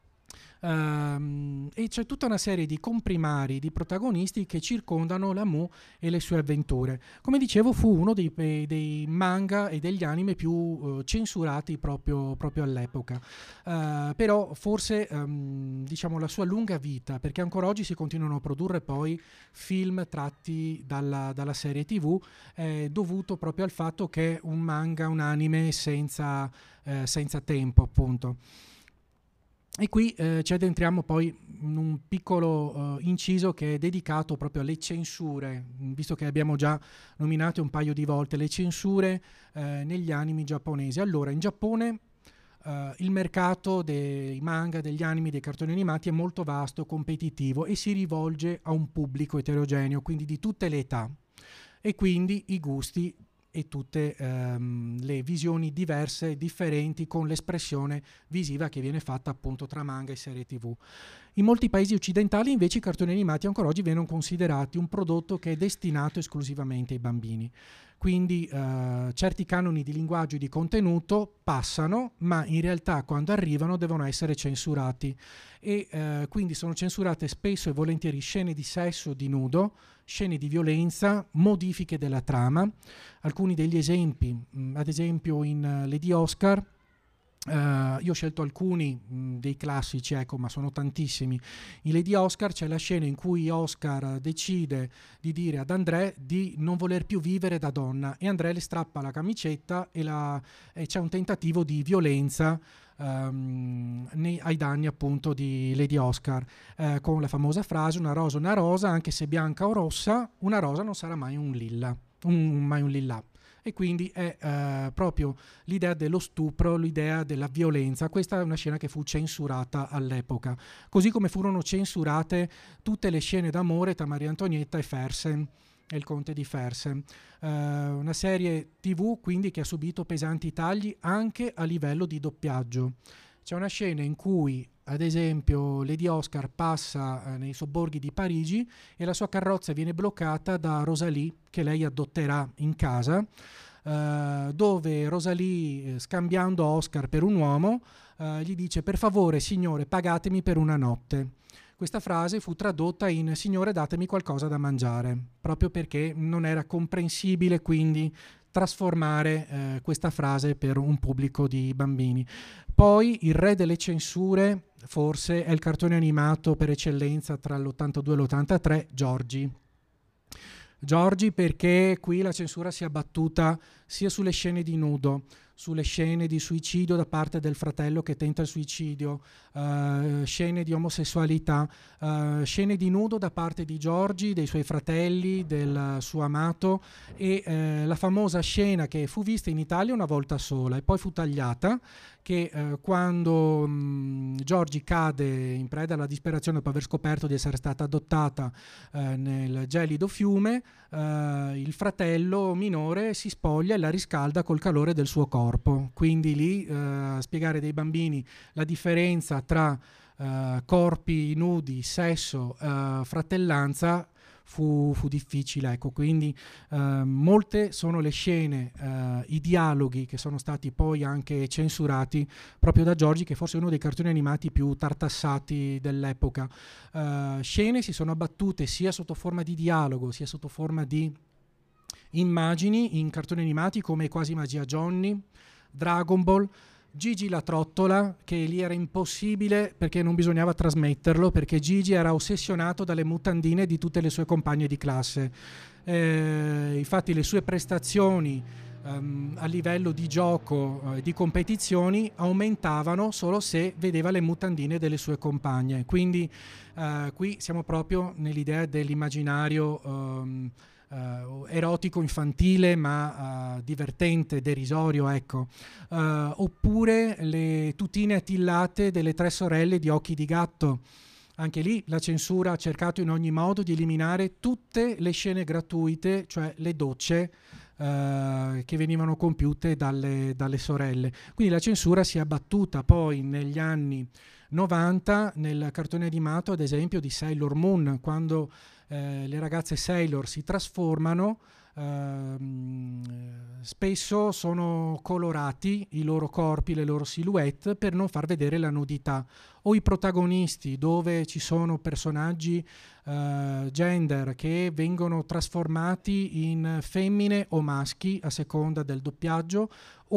E c'è tutta una serie di comprimari di protagonisti che circondano la Mu e le sue avventure. Come dicevo, fu uno dei manga e degli anime più censurati proprio all'epoca, però forse diciamo la sua lunga vita, perché ancora oggi si continuano a produrre poi film tratti dalla serie TV, è dovuto proprio al fatto che è un manga, un anime senza tempo, appunto. E qui ci addentriamo poi in un piccolo inciso che è dedicato proprio alle censure, visto che abbiamo già nominato un paio di volte le censure negli anime giapponesi. Allora, in Giappone il mercato dei manga, degli anime, dei cartoni animati è molto vasto, competitivo e si rivolge a un pubblico eterogeneo, quindi di tutte le età, e quindi i gusti e tutte le visioni diverse, differenti, con l'espressione visiva che viene fatta appunto tra manga e serie TV. In molti paesi occidentali invece i cartoni animati ancora oggi vengono considerati un prodotto che è destinato esclusivamente ai bambini. Quindi certi canoni di linguaggio e di contenuto passano, ma in realtà quando arrivano devono essere censurati, e quindi sono censurate spesso e volentieri scene di sesso, di nudo, scene di violenza, modifiche della trama. Alcuni degli esempi, ad esempio in Lady Oscar, io ho scelto alcuni dei classici, ecco, ma sono tantissimi. In Lady Oscar c'è la scena in cui Oscar decide di dire ad André di non voler più vivere da donna, e André le strappa la camicetta e c'è un tentativo di violenza ai danni appunto di Lady Oscar, con la famosa frase: una rosa, anche se bianca o rossa, una rosa non sarà mai un lilla, mai un lillà. E quindi è proprio l'idea dello stupro, l'idea della violenza. Questa è una scena che fu censurata all'epoca, così come furono censurate tutte le scene d'amore tra Maria Antonietta e Fersen e il conte di Fersen, una serie TV quindi che ha subito pesanti tagli anche a livello di doppiaggio. C'è una scena in cui, ad esempio, Lady Oscar passa nei sobborghi di Parigi e la sua carrozza viene bloccata da Rosalie, che lei adotterà in casa, dove Rosalie, scambiando Oscar per un uomo, gli dice: per favore signore, pagatemi per una notte. Questa frase fu tradotta in: signore, datemi qualcosa da mangiare, proprio perché non era comprensibile quindi trasformare questa frase per un pubblico di bambini. Poi il re delle censure forse è il cartone animato per eccellenza tra l'82 e l'83, Giorgi, perché qui la censura si è abbattuta sia sulle scene di nudo, sulle scene di suicidio da parte del fratello che tenta il suicidio, scene di omosessualità, scene di nudo da parte di Giorgi, dei suoi fratelli, del suo amato, e la famosa scena che fu vista in Italia una volta sola e poi fu tagliata, che quando Giorgi cade in preda alla disperazione dopo aver scoperto di essere stata adottata nel gelido fiume, il fratello minore si spoglia e la riscalda col calore del suo corpo. Quindi lì spiegare dei bambini la differenza tra corpi nudi, sesso, fratellanza fu difficile, ecco. Quindi molte sono le scene, i dialoghi che sono stati poi anche censurati proprio da Giorgi, che forse è uno dei cartoni animati più tartassati dell'epoca. Scene si sono abbattute sia sotto forma di dialogo sia sotto forma di immagini in cartoni animati come Quasi Magia Johnny, Dragon Ball, Gigi la trottola, che lì era impossibile perché non bisognava trasmetterlo, perché Gigi era ossessionato dalle mutandine di tutte le sue compagne di classe. Infatti le sue prestazioni a livello di gioco, di competizioni, aumentavano solo se vedeva le mutandine delle sue compagne. Quindi qui siamo proprio nell'idea dell'immaginario erotico infantile ma divertente, derisorio, ecco. Oppure le tutine attillate delle tre sorelle di Occhi di Gatto. Anche lì la censura ha cercato in ogni modo di eliminare tutte le scene gratuite, cioè le docce che venivano compiute dalle sorelle. Quindi la censura si è abbattuta poi negli anni 90 nel cartone animato, ad esempio, di Sailor Moon, quando le ragazze Sailor si trasformano. Spesso sono colorati i loro corpi, le loro silhouette, per non far vedere la nudità, o i protagonisti dove ci sono personaggi gender che vengono trasformati in femmine o maschi a seconda del doppiaggio,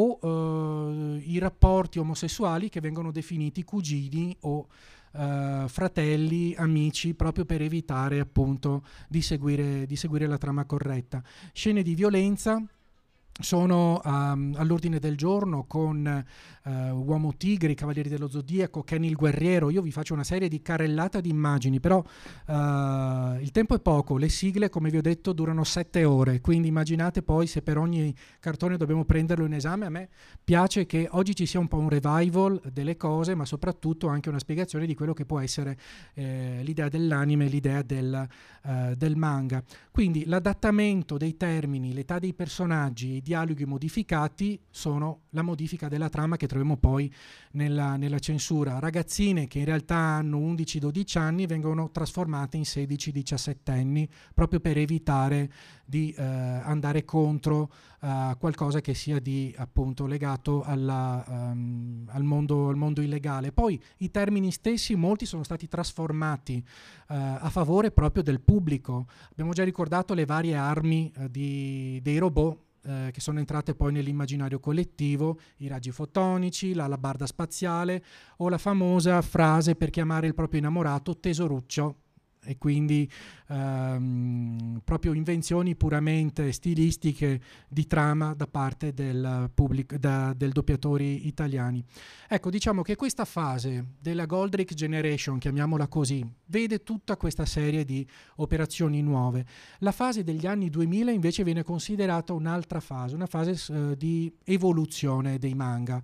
o i rapporti omosessuali che vengono definiti cugini o fratelli, amici, proprio per evitare appunto di seguire la trama corretta. Scene di violenza sono all'ordine del giorno con Uomo Tigre, i Cavalieri dello Zodiaco, Kenny il Guerriero. Io vi faccio una serie di carrellata di immagini, però il tempo è poco, le sigle, come vi ho detto, durano 7 ore, quindi immaginate poi se per ogni cartone dobbiamo prenderlo in esame. A me piace che oggi ci sia un po' un revival delle cose, ma soprattutto anche una spiegazione di quello che può essere l'idea dell'anime, l'idea del manga. Quindi l'adattamento dei termini, l'età dei personaggi, i dialoghi modificati sono la modifica della trama che troviamo poi nella censura. Ragazzine che in realtà hanno 11-12 anni vengono trasformate in 16-17 anni, proprio per evitare di andare contro qualcosa che sia di appunto legato al mondo illegale. Poi i termini stessi, molti sono stati trasformati a favore proprio del pubblico. Abbiamo già ricordato le varie armi dei robot che sono entrate poi nell'immaginario collettivo, i raggi fotonici, l'alabarda spaziale, o la famosa frase per chiamare il proprio innamorato tesoruccio. E quindi proprio invenzioni puramente stilistiche di trama da parte del doppiatori italiani. Ecco, diciamo che questa fase della Goldrick Generation, chiamiamola così, vede tutta questa serie di operazioni nuove. La fase degli anni 2000 invece viene considerata un'altra fase, una fase di evoluzione dei manga.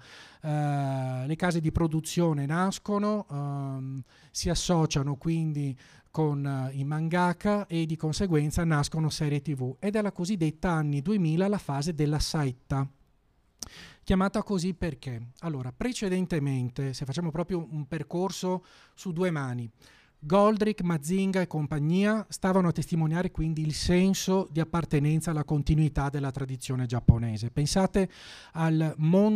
Le case di produzione nascono, si associano quindi con i mangaka e di conseguenza nascono serie TV, ed è la cosiddetta anni 2000 la fase della saetta, chiamata così perché, allora, precedentemente, se facciamo proprio un percorso su due mani, Goldrick, Mazinga e compagnia stavano a testimoniare quindi il senso di appartenenza alla continuità della tradizione giapponese. Pensate al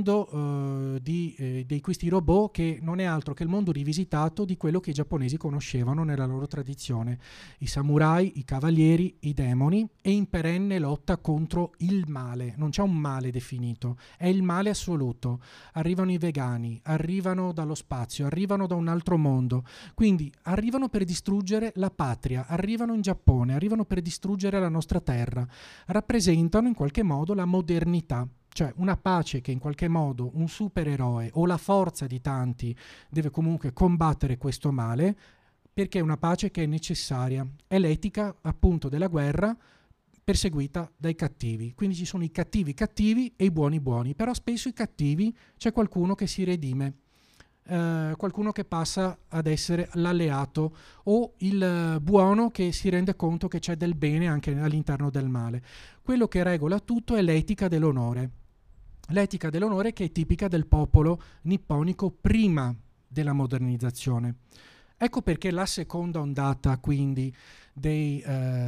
mondo di questi robot, che non è altro che il mondo rivisitato di quello che i giapponesi conoscevano nella loro tradizione: i samurai, i cavalieri, i demoni, e in perenne lotta contro il male. Non c'è un male definito, è il male assoluto. Arrivano i vegani, arrivano dallo spazio, arrivano da un altro mondo, quindi arrivano per distruggere la patria, arrivano in Giappone, arrivano per distruggere la nostra terra, rappresentano in qualche modo la modernità, cioè una pace che in qualche modo un supereroe o la forza di tanti deve comunque combattere questo male, perché è una pace che è necessaria, è l'etica appunto della guerra perseguita dai cattivi. Quindi ci sono i cattivi cattivi e i buoni buoni, però spesso i cattivi c'è qualcuno che si redime, qualcuno che passa ad essere l'alleato, o il buono che si rende conto che c'è del bene anche all'interno del male. Quello che regola tutto è l'etica dell'onore. L'etica dell'onore che è tipica del popolo nipponico prima della modernizzazione. Ecco perché la seconda ondata quindi degli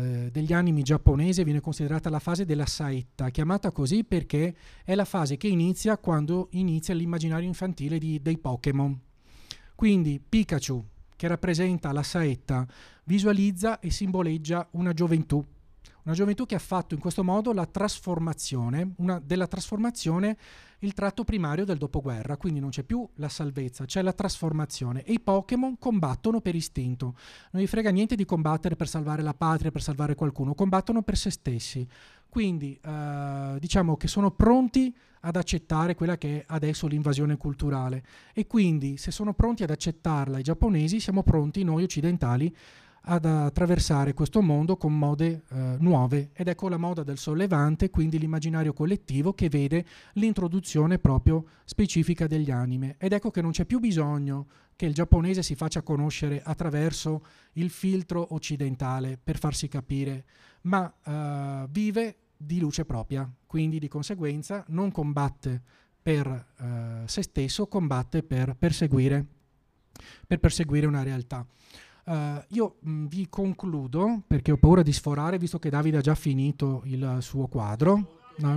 anime giapponesi viene considerata la fase della saetta, chiamata così perché è la fase che inizia quando inizia l'immaginario infantile dei Pokémon. Quindi Pikachu, che rappresenta la saetta, visualizza e simboleggia una gioventù che ha fatto in questo modo la trasformazione, della trasformazione il tratto primario del dopoguerra, quindi non c'è più la salvezza, c'è la trasformazione, e i Pokémon combattono per istinto. Non gli frega niente di combattere per salvare la patria, per salvare qualcuno, combattono per se stessi. Quindi diciamo che sono pronti ad accettare quella che è adesso l'invasione culturale, e quindi se sono pronti ad accettarla i giapponesi, siamo pronti noi occidentali ad attraversare questo mondo con mode nuove, ed ecco la moda del sollevante, quindi l'immaginario collettivo che vede l'introduzione proprio specifica degli anime, ed ecco che non c'è più bisogno che il giapponese si faccia conoscere attraverso il filtro occidentale per farsi capire, ma vive di luce propria, quindi di conseguenza non combatte per se stesso, combatte per perseguire una realtà. Io vi concludo, perché ho paura di sforare, visto che Davide ha già finito il suo quadro. No,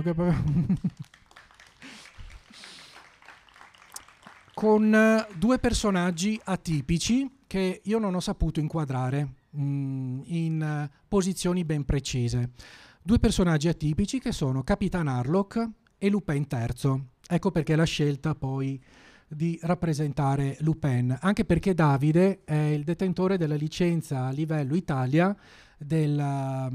con due personaggi atipici che io non ho saputo inquadrare in posizioni ben precise. Due personaggi atipici che sono Capitan Harlock e Lupin III. Ecco perché la scelta poi di rappresentare Lupin, anche perché Davide è il detentore della licenza a livello Italia del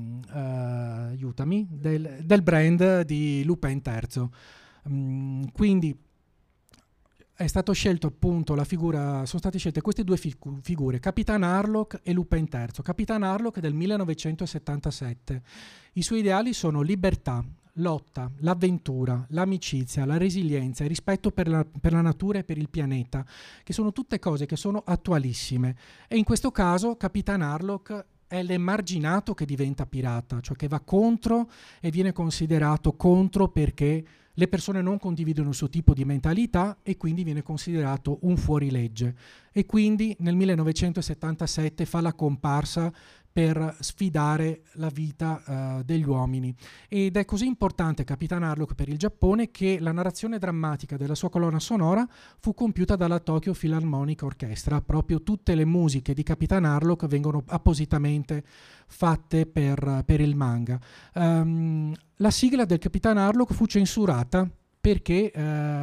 brand di Lupin III. Quindi è stato scelto appunto sono state scelte queste due figure, Capitan Harlock e Lupin III. Capitan Harlock è del 1977. I suoi ideali sono libertà, lotta, l'avventura, l'amicizia, la resilienza, il rispetto per la natura e per il pianeta, che sono tutte cose che sono attualissime. E in questo caso Capitan Harlock è l'emarginato che diventa pirata, cioè che va contro e viene considerato contro perché le persone non condividono il suo tipo di mentalità e quindi viene considerato un fuorilegge. E quindi nel 1977 fa la comparsa per sfidare la vita degli uomini. Ed è così importante Capitan Harlock per il Giappone che la narrazione drammatica della sua colonna sonora fu compiuta dalla Tokyo Philharmonic Orchestra. Proprio tutte le musiche di Capitan Harlock vengono appositamente fatte per il manga. La sigla del Capitan Harlock fu censurata perché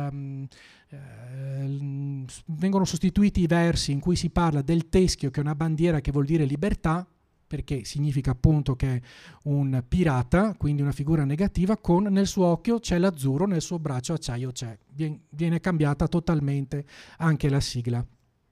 vengono sostituiti i versi in cui si parla del teschio, che è una bandiera che vuol dire libertà, perché significa appunto che è un pirata, quindi una figura negativa, con nel suo occhio c'è l'azzurro, nel suo braccio acciaio c'è. Viene cambiata totalmente anche la sigla.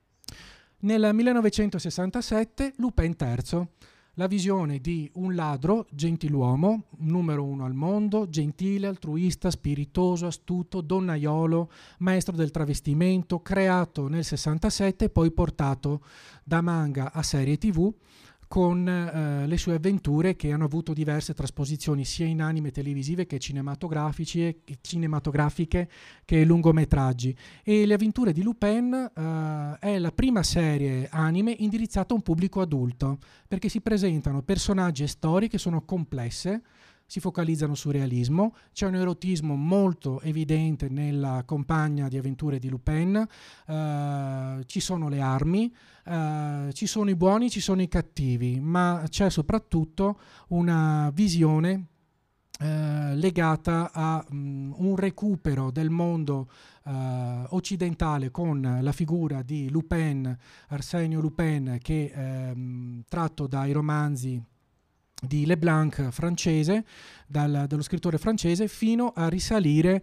Nel 1967 Lupin III, la visione di un ladro, gentiluomo, numero 1 al mondo, gentile, altruista, spiritoso, astuto, donnaiolo, maestro del travestimento, creato nel 67 e poi portato da manga a serie TV, con le sue avventure che hanno avuto diverse trasposizioni sia in anime televisive che cinematografiche che lungometraggi. E Le avventure di Lupin è la prima serie anime indirizzata a un pubblico adulto, perché si presentano personaggi e storie che sono complesse, si focalizzano sul realismo, c'è un erotismo molto evidente nella compagna di avventure di Lupin, ci sono le armi, ci sono i buoni, ci sono i cattivi, ma c'è soprattutto una visione legata a un recupero del mondo occidentale con la figura di Lupin, Arsenio Lupin, che tratto dai romanzi di Leblanc francese, dello scrittore francese, fino a risalire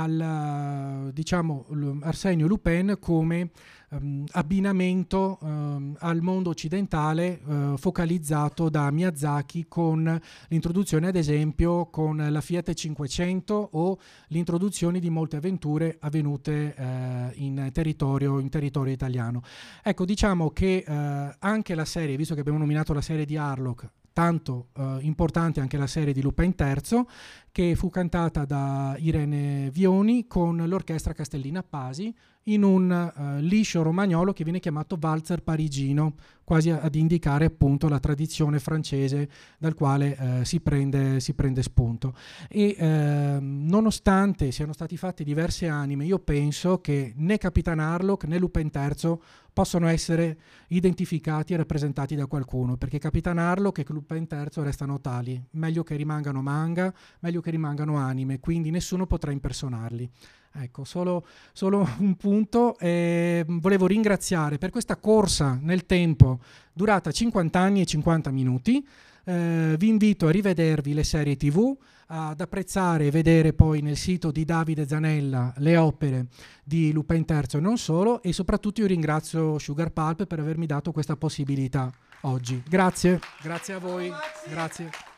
al Arsenio Lupin come abbinamento al mondo occidentale focalizzato da Miyazaki, con l'introduzione ad esempio con la Fiat 500 o l'introduzione di molte avventure avvenute in territorio italiano. Ecco, diciamo che anche la serie, visto che abbiamo nominato la serie di Harlock, tanto importante anche la serie di Lupin III, che fu cantata da Irene Vioni con l'orchestra Castellina Pasi in un liscio romagnolo che viene chiamato valzer parigino, quasi ad indicare appunto la tradizione francese dal quale si prende spunto. E nonostante siano stati fatti diverse anime, io penso che né Capitan Harlock né Lupin III possono essere identificati e rappresentati da qualcuno, perché Capitan Harlock e Lupin III restano tali, meglio che rimangano manga, meglio che rimangano anime, quindi nessuno potrà impersonarli. Ecco, solo un punto. Volevo ringraziare per questa corsa nel tempo durata 50 anni e 50 minuti. Vi invito a rivedervi le serie TV, ad apprezzare e vedere poi nel sito di Davide Zanella le opere di Lupin III e non solo, e soprattutto io ringrazio Sugar Pulp per avermi dato questa possibilità oggi. Grazie a voi. Grazie.